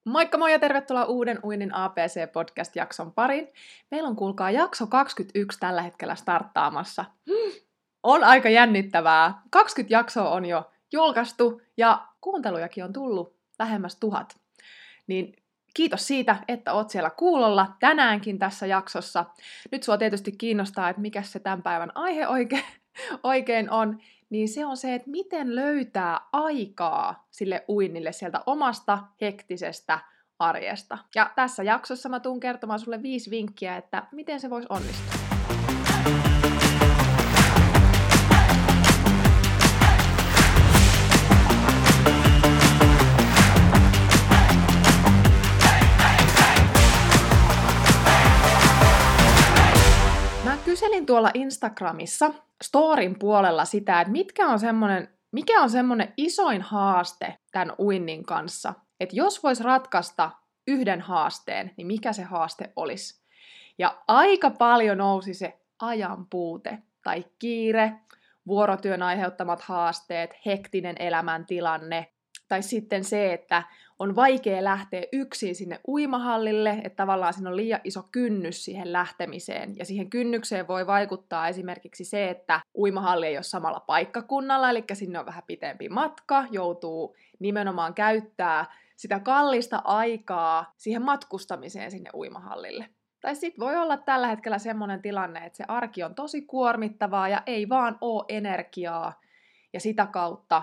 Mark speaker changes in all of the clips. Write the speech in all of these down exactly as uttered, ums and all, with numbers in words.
Speaker 1: Moikka moi ja tervetuloa uuden Uinnin A B C-podcast-jakson pariin. Meillä on kuulkaa jakso kaksikymmentäyksi tällä hetkellä starttaamassa. On aika jännittävää. kaksikymmentä jaksoa on jo julkaistu ja kuuntelujakin on tullut lähemmäs tuhat. Niin kiitos siitä, että oot siellä kuulolla tänäänkin tässä jaksossa. Nyt sua tietysti kiinnostaa, että mikä se tämän päivän aihe oikein, oikein on. Niin se on se, että miten löytää aikaa sille uinnille sieltä omasta hektisestä arjesta. Ja tässä jaksossa mä tuun kertomaan sulle viisi vinkkiä, että miten se voisi onnistua. Mä kyselin tuolla Instagramissa storin puolella sitä, että mitkä on semmonen, mikä on semmoinen isoin haaste tämän uinnin kanssa. Että jos vois ratkaista yhden haasteen, niin mikä se haaste olisi? Ja aika paljon nousi se ajan puute tai kiire, vuorotyön aiheuttamat haasteet, hektinen elämäntilanne, tai sitten se, että on vaikea lähteä yksin sinne uimahallille, että tavallaan siinä on liian iso kynnys siihen lähtemiseen. Ja siihen kynnykseen voi vaikuttaa esimerkiksi se, että uimahalli ei ole samalla paikkakunnalla, eli sinne on vähän pitempi matka, joutuu nimenomaan käyttää sitä kallista aikaa siihen matkustamiseen sinne uimahallille. Tai sitten voi olla tällä hetkellä semmoinen tilanne, että se arki on tosi kuormittavaa ja ei vaan ole energiaa ja sitä kautta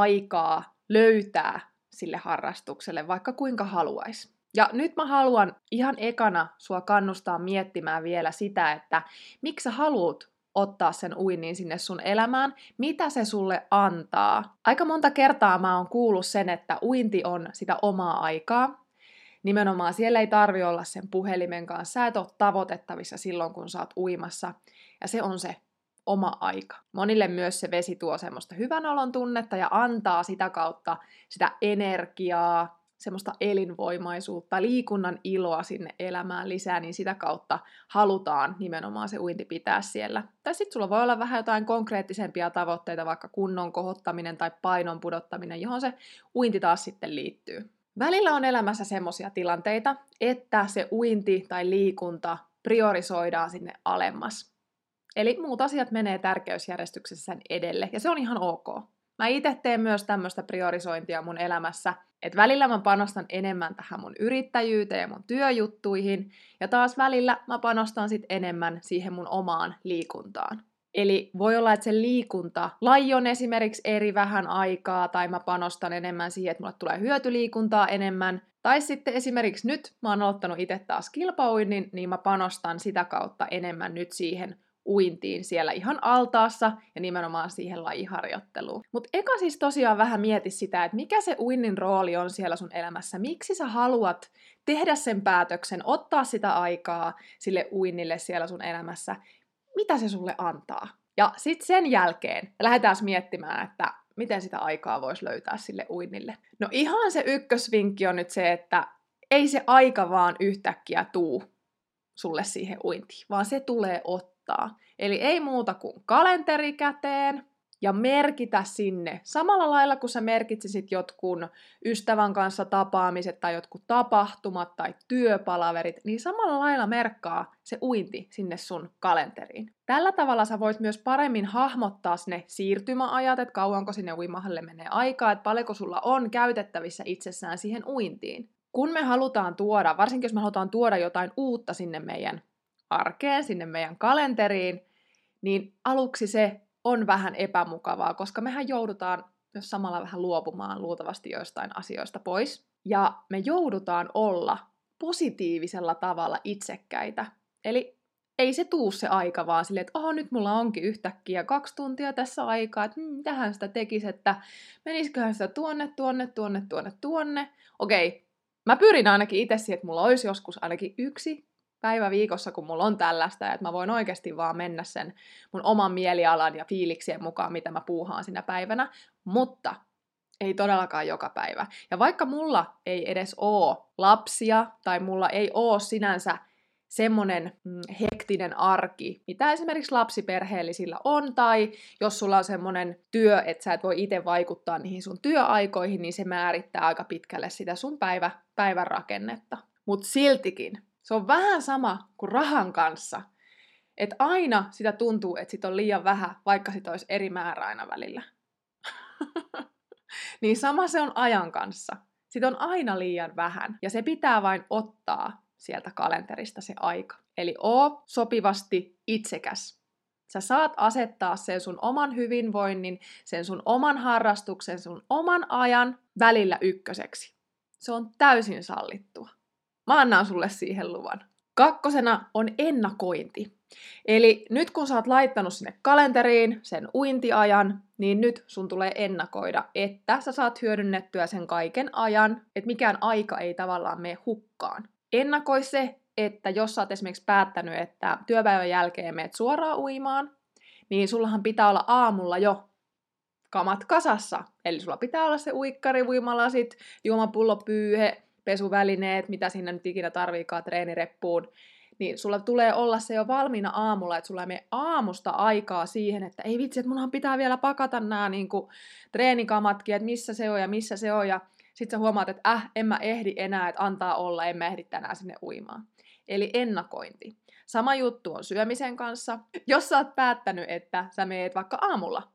Speaker 1: aikaa löytää sille harrastukselle, vaikka kuinka haluaisi. Ja nyt mä haluan ihan ekana sua kannustaa miettimään vielä sitä, että miksi sä haluat ottaa sen uinnin sinne sun elämään, mitä se sulle antaa. Aika monta kertaa mä oon kuullut sen, että uinti on sitä omaa aikaa. Nimenomaan siellä ei tarvi olla sen puhelimen kanssa, sä et ole tavoitettavissa silloin, kun sä oot uimassa. Ja se on se oma aika. Monille myös se vesi tuo semmoista hyvän olon tunnetta ja antaa sitä kautta sitä energiaa, semmoista elinvoimaisuutta, liikunnan iloa sinne elämään lisää, niin sitä kautta halutaan nimenomaan se uinti pitää siellä. Tai sitten sulla voi olla vähän jotain konkreettisempia tavoitteita, vaikka kunnon kohottaminen tai painon pudottaminen, johon se uinti taas sitten liittyy. Välillä on elämässä semmoisia tilanteita, että se uinti tai liikunta priorisoidaan sinne alemmas. Eli muut asiat menee tärkeysjärjestyksessä edelle, ja se on ihan ok. Mä itse teen myös tämmöistä priorisointia mun elämässä, että välillä mä panostan enemmän tähän mun yrittäjyyteen ja mun työjuttuihin, ja taas välillä mä panostan sit enemmän siihen mun omaan liikuntaan. Eli voi olla, että se liikunta laion esimerkiksi eri vähän aikaa, tai mä panostan enemmän siihen, että mulle tulee hyötyliikuntaa enemmän. Tai sitten esimerkiksi nyt mä oon aloittanut itse taas kilpauinnin, niin mä panostan sitä kautta enemmän nyt siihen uintiin siellä ihan altaassa ja nimenomaan siihen lajiharjoitteluun. Mutta eka siis tosiaan vähän mieti sitä, että mikä se uinnin rooli on siellä sun elämässä. Miksi sä haluat tehdä sen päätöksen, ottaa sitä aikaa sille uinnille siellä sun elämässä. Mitä se sulle antaa? Ja sitten sen jälkeen lähdetään miettimään, että miten sitä aikaa voisi löytää sille uinnille. No ihan se ykkösvinkki on nyt se, että ei se aika vaan yhtäkkiä tuu sulle siihen uintiin, vaan se tulee ottaa. Eli ei muuta kuin kalenteri käteen ja merkitä sinne. Samalla lailla, kun sä merkitsisit jotkun ystävän kanssa tapaamiset tai jotkut tapahtumat tai työpalaverit, niin samalla lailla merkkaa se uinti sinne sun kalenteriin. Tällä tavalla sä voit myös paremmin hahmottaa ne siirtymäajat, että kauanko sinne uimahalle menee aikaa, että paljonko sulla on käytettävissä itsessään siihen uintiin. Kun me halutaan tuoda, varsinkin jos me halutaan tuoda jotain uutta sinne meidän arkeen, sinne meidän kalenteriin, niin aluksi se on vähän epämukavaa, koska mehän joudutaan myös samalla vähän luopumaan luultavasti joistain asioista pois. Ja me joudutaan olla positiivisella tavalla itsekkäitä. Eli ei se tuu se aika vaan silleen, että oho, nyt mulla onkin yhtäkkiä kaksi tuntia tässä aikaa, että hmm, mitähän sitä tekisi, että menisiköhän sitä tuonne, tuonne, tuonne, tuonne, tuonne. Okei, mä pyrin ainakin itse siihen, että mulla olisi joskus ainakin yksi päivä viikossa, kun mulla on tällaista, että mä voin oikeasti vaan mennä sen mun oman mielialan ja fiiliksien mukaan, mitä mä puuhaan sinä päivänä, mutta ei todellakaan joka päivä. Ja vaikka mulla ei edes oo lapsia, tai mulla ei oo sinänsä semmonen mm, hektinen arki, mitä esimerkiksi lapsiperheellisillä on, tai jos sulla on semmonen työ, että sä et voi itse vaikuttaa niihin sun työaikoihin, niin se määrittää aika pitkälle sitä sun päivä päivän rakennetta. Mutta siltikin se on vähän sama kuin rahan kanssa. Että aina sitä tuntuu, että sit on liian vähän, vaikka sit olisi eri määrä aina välillä. Niin sama se on ajan kanssa. Sitä on aina liian vähän. Ja se pitää vain ottaa sieltä kalenterista se aika. Eli oo sopivasti itsekäs. Sä saat asettaa sen sun oman hyvinvoinnin, sen sun oman harrastuksen, sun oman ajan välillä ykköseksi. Se on täysin sallittua. Mä annan sulle siihen luvan. Kakkosena on ennakointi. Eli nyt kun sä oot laittanut sinne kalenteriin sen uintiajan, niin nyt sun tulee ennakoida, että sä saat hyödynnettyä sen kaiken ajan, että mikään aika ei tavallaan mene hukkaan. Ennakoi se, että jos sä oot esimerkiksi päättänyt, että työpäivän jälkeen meet suoraan uimaan, niin sullahan pitää olla aamulla jo kamat kasassa. Eli sulla pitää olla se uikkari, uimalasit, juomapullo, pyyhe, pesuvälineet, mitä siinä nyt ikinä tarviikaan treenireppuun. Niin sulla tulee olla se jo valmiina aamulla, että sulla ei mene aamusta aikaa siihen, että ei vitsi, että munhan pitää vielä pakata nämä niin kuin treenikamatkin, että missä se on ja missä se on. Ja sit sä huomaat, että äh, en mä ehdi enää, että antaa olla, en mä ehdi tänään sinne uimaan. Eli ennakointi. Sama juttu on syömisen kanssa. Jos sä oot päättänyt, että sä meet vaikka aamulla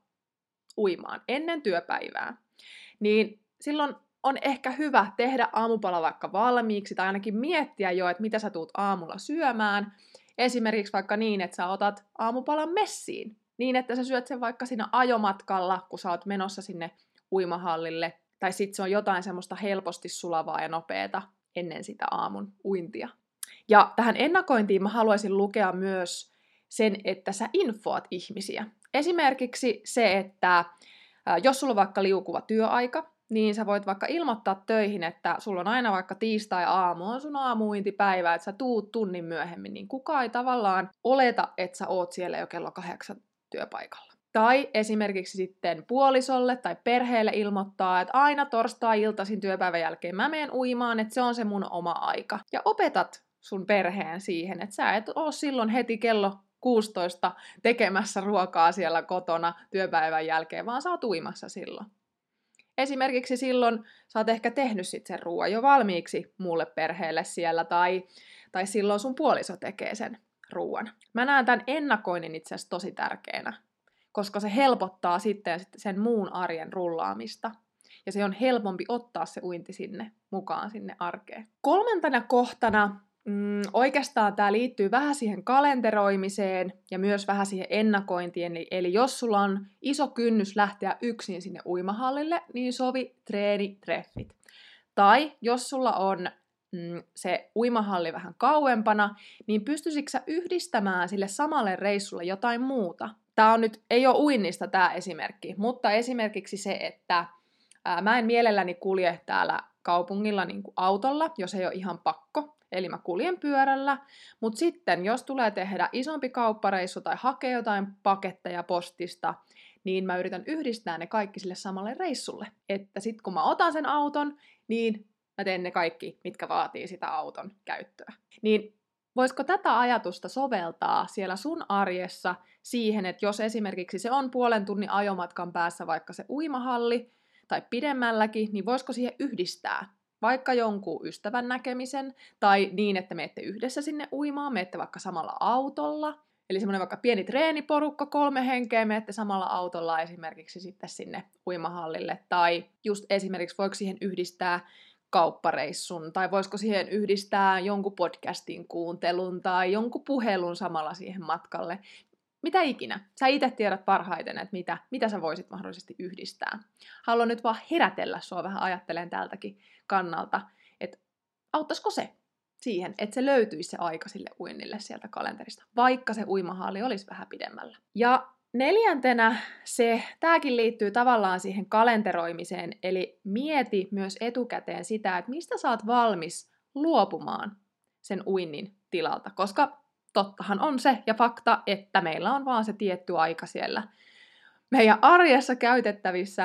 Speaker 1: uimaan ennen työpäivää, niin silloin on ehkä hyvä tehdä aamupala vaikka valmiiksi tai ainakin miettiä jo, että mitä sä tuut aamulla syömään. Esimerkiksi vaikka niin, että sä otat aamupalan messiin. Niin, että sä syöt sen vaikka siinä ajomatkalla, kun sä oot menossa sinne uimahallille. Tai sit se on jotain semmoista helposti sulavaa ja nopeata ennen sitä aamun uintia. Ja tähän ennakointiin mä haluaisin lukea myös sen, että sä infoat ihmisiä. Esimerkiksi se, että jos sulla on vaikka liukuva työaika, niin sä voit vaikka ilmoittaa töihin, että sulla on aina vaikka tiistai-aamu on sun aamuintipäivä, että sä tuut tunnin myöhemmin, niin kukaan ei tavallaan oleta, että sä oot siellä jo kello kahdeksan työpaikalla. Tai esimerkiksi sitten puolisolle tai perheelle ilmoittaa, että aina torstai-iltaisin työpäivän jälkeen mä menen uimaan, että se on se mun oma aika. Ja opetat sun perheen siihen, että sä et oo silloin heti kello kuusitoista tekemässä ruokaa siellä kotona työpäivän jälkeen, vaan sä oot uimassa silloin. Esimerkiksi silloin sä oot ehkä tehnyt sit sen ruoan jo valmiiksi muulle perheelle siellä, tai, tai silloin sun puoliso tekee sen ruoan. Mä näen tämän ennakoinnin itse asiassa tosi tärkeänä, koska se helpottaa sitten sen muun arjen rullaamista. Ja se on helpompi ottaa se uinti sinne mukaan sinne arkeen. Kolmantena kohtana mm, oikeastaan tämä liittyy vähän siihen kalenteroimiseen ja myös vähän siihen ennakointiin. Eli, eli jos sulla on iso kynnys lähteä yksin sinne uimahallille, niin sovi treenitreffit. Tai jos sulla on mm, se uimahalli vähän kauempana, niin pystyisikö sä yhdistämään sille samalle reissulle jotain muuta? Tämä on nyt, ei ole uinnista tämä esimerkki, mutta esimerkiksi se, että ää, mä en mielelläni kulje täällä kaupungilla niin kuin autolla, jos ei ole ihan pakko. Eli mä kuljen pyörällä, mutta sitten jos tulee tehdä isompi kauppareissu tai hakea jotain paketteja postista, niin mä yritän yhdistää ne kaikki sille samalle reissulle. Että sit kun mä otan sen auton, niin mä teen ne kaikki, mitkä vaatii sitä auton käyttöä. Niin voisiko tätä ajatusta soveltaa siellä sun arjessa siihen, että jos esimerkiksi se on puolen tunnin ajomatkan päässä vaikka se uimahalli tai pidemmälläkin, niin voisiko siihen yhdistää vaikka jonkun ystävän näkemisen, tai niin, että menette yhdessä sinne uimaan, menette vaikka samalla autolla, eli semmoinen vaikka pieni treeniporukka, kolme henkeä, menette samalla autolla esimerkiksi sitten sinne uimahallille, tai just esimerkiksi voiko siihen yhdistää kauppareissun, tai voisiko siihen yhdistää jonkun podcastin kuuntelun, tai jonkun puhelun samalla siihen matkalle. Mitä ikinä. Sä itse tiedät parhaiten, että mitä, mitä sä voisit mahdollisesti yhdistää. Haluan nyt vaan herätellä sua vähän ajattelen tältäkin kannalta, että auttaisiko se siihen, että se löytyisi se aika sille uinnille sieltä kalenterista, vaikka se uimahalli olisi vähän pidemmällä. Ja neljäntenä se, tämäkin liittyy tavallaan siihen kalenteroimiseen, eli mieti myös etukäteen sitä, että mistä sä oot valmis luopumaan sen uinnin tilalta, koska tottahan on se ja fakta, että meillä on vaan se tietty aika siellä meidän arjessa käytettävissä,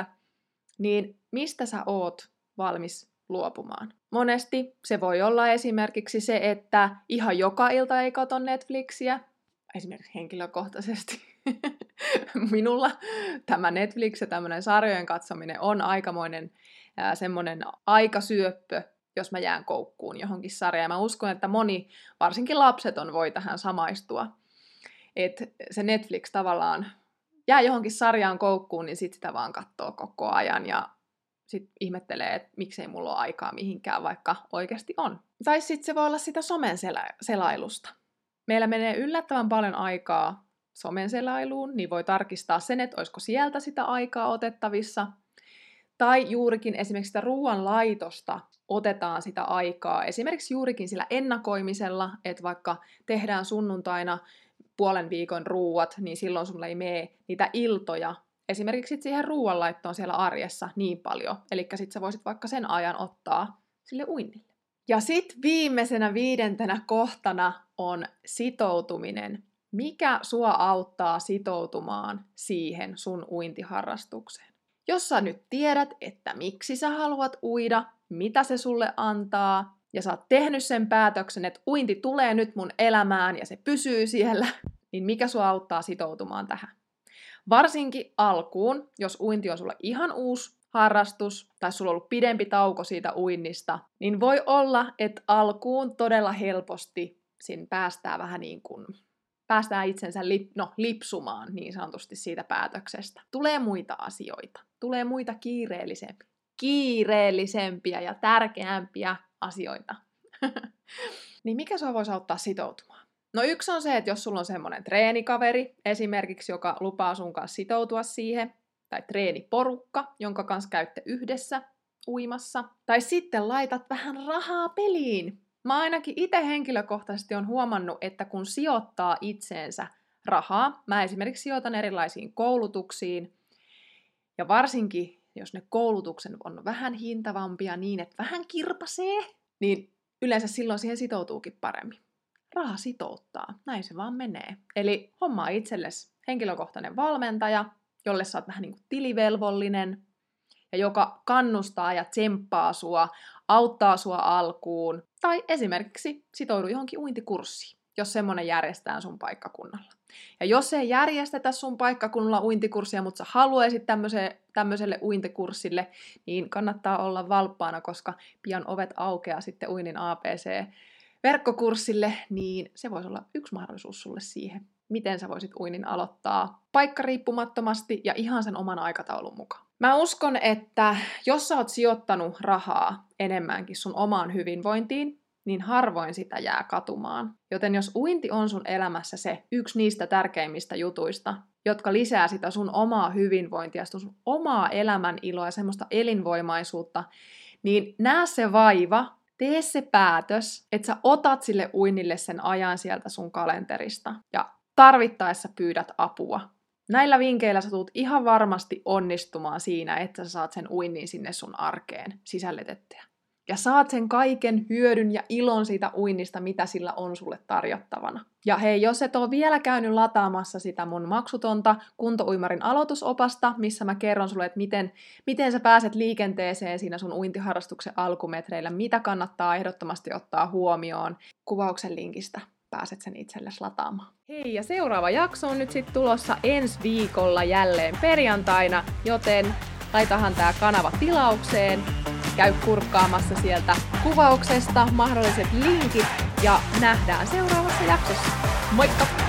Speaker 1: niin mistä sä oot valmis luopumaan? Monesti se voi olla esimerkiksi se, että ihan joka ilta ei katso Netflixiä, esimerkiksi henkilökohtaisesti. Minulla tämä Netflix ja tämmöinen sarjojen katsominen on aikamoinen ää, semmoinen aikasyöppö, jos mä jään koukkuun johonkin sarjaan. Mä uskon, että moni, varsinkin lapseton, voi tähän samaistua. Että se Netflix tavallaan jää johonkin sarjaan koukkuun, niin sit sitä vaan katsoo koko ajan ja sit ihmettelee, että miksei mulla ole aikaa mihinkään, vaikka oikeasti on. Tai sitten se voi olla sitä somen sela- selailusta. Meillä menee yllättävän paljon aikaa somen selailuun, niin voi tarkistaa sen, että olisiko sieltä sitä aikaa otettavissa. Tai juurikin esimerkiksi sitä ruoan laitosta otetaan sitä aikaa. Esimerkiksi juurikin sillä ennakoimisella, että vaikka tehdään sunnuntaina puolen viikon ruuat, niin silloin sulla ei mene niitä iltoja esimerkiksi siihen ruoanlaittoon siellä arjessa niin paljon. Eli sit sä voisit vaikka sen ajan ottaa sille uinnille. Ja sitten viimeisenä viidentenä kohtana on sitoutuminen. Mikä sua auttaa sitoutumaan siihen sun uintiharrastukseen? Jos sä nyt tiedät, että miksi sä haluat uida, mitä se sulle antaa, ja sä oot tehnyt sen päätöksen, että uinti tulee nyt mun elämään ja se pysyy siellä, niin mikä sua auttaa sitoutumaan tähän? Varsinkin alkuun, jos uinti on sulla ihan uusi harrastus, tai sulla on ollut pidempi tauko siitä uinnista, niin voi olla, että alkuun todella helposti siinä päästään vähän niin kuin, päästään itsensä lip, no, lipsumaan niin sanotusti siitä päätöksestä. Tulee muita asioita, tulee muita kiireellisempiä, kiireellisempiä ja tärkeämpiä asioita. Niin mikä sua voisi auttaa sitoutumaan? No yksi on se, että jos sulla on semmoinen treenikaveri esimerkiksi, joka lupaa sun kanssa sitoutua siihen, tai treeniporukka, jonka kanssa käytte yhdessä uimassa, tai sitten laitat vähän rahaa peliin. Mä ainakin itse henkilökohtaisesti on huomannut, että kun sijoittaa itseensä rahaa, mä esimerkiksi sijoitan erilaisiin koulutuksiin, ja varsinkin jos ne koulutukset on vähän hintavampia niin, että vähän kirpasee, niin yleensä silloin siihen sitoutuukin paremmin. Raha sitouttaa, näin se vaan menee. Eli hommaa itsellesi henkilökohtainen valmentaja, jolle sä oot vähän niin kuin tilivelvollinen, ja joka kannustaa ja tsemppaa sua, auttaa sua alkuun, tai esimerkiksi sitoudu johonkin uintikurssiin, jos semmoinen järjestetään sun paikkakunnalla. Ja jos ei järjestetä sun paikkakunnalla uintikurssia, mutta sä haluaisit tämmöiselle, tämmöiselle uintikurssille, niin kannattaa olla valppaana, koska pian ovet aukeaa sitten uinnin A B C-verkkokurssille, niin se voisi olla yksi mahdollisuus sulle siihen, miten sä voisit uinnin aloittaa paikkariippumattomasti ja ihan sen oman aikataulun mukaan. Mä uskon, että jos sä oot sijoittanut rahaa enemmänkin sun omaan hyvinvointiin, niin harvoin sitä jää katumaan. Joten jos uinti on sun elämässä se yksi niistä tärkeimmistä jutuista, jotka lisää sitä sun omaa hyvinvointia, sitä sun omaa elämän iloa ja semmoista elinvoimaisuutta, niin näe se vaiva, tee se päätös, että sä otat sille uinnille sen ajan sieltä sun kalenterista ja tarvittaessa pyydät apua. Näillä vinkkeillä sä tulet ihan varmasti onnistumaan siinä, että sä saat sen uinnin sinne sun arkeen sisällytettyä. Ja saat sen kaiken hyödyn ja ilon siitä uinnista, mitä sillä on sulle tarjottavana. Ja hei, jos et ole vielä käynyt lataamassa sitä mun maksutonta kuntouimarin aloitusopasta, missä mä kerron sulle, että miten, miten sä pääset liikenteeseen siinä sun uintiharrastuksen alkumetreillä, mitä kannattaa ehdottomasti ottaa huomioon, kuvauksen linkistä pääset sen itsellesi lataamaan. Hei, ja seuraava jakso on nyt sitten tulossa ensi viikolla jälleen perjantaina, joten laitahan tää kanava tilaukseen. Käy kurkkaamassa sieltä kuvauksesta mahdolliset linkit ja nähdään seuraavassa jaksossa. Moikka!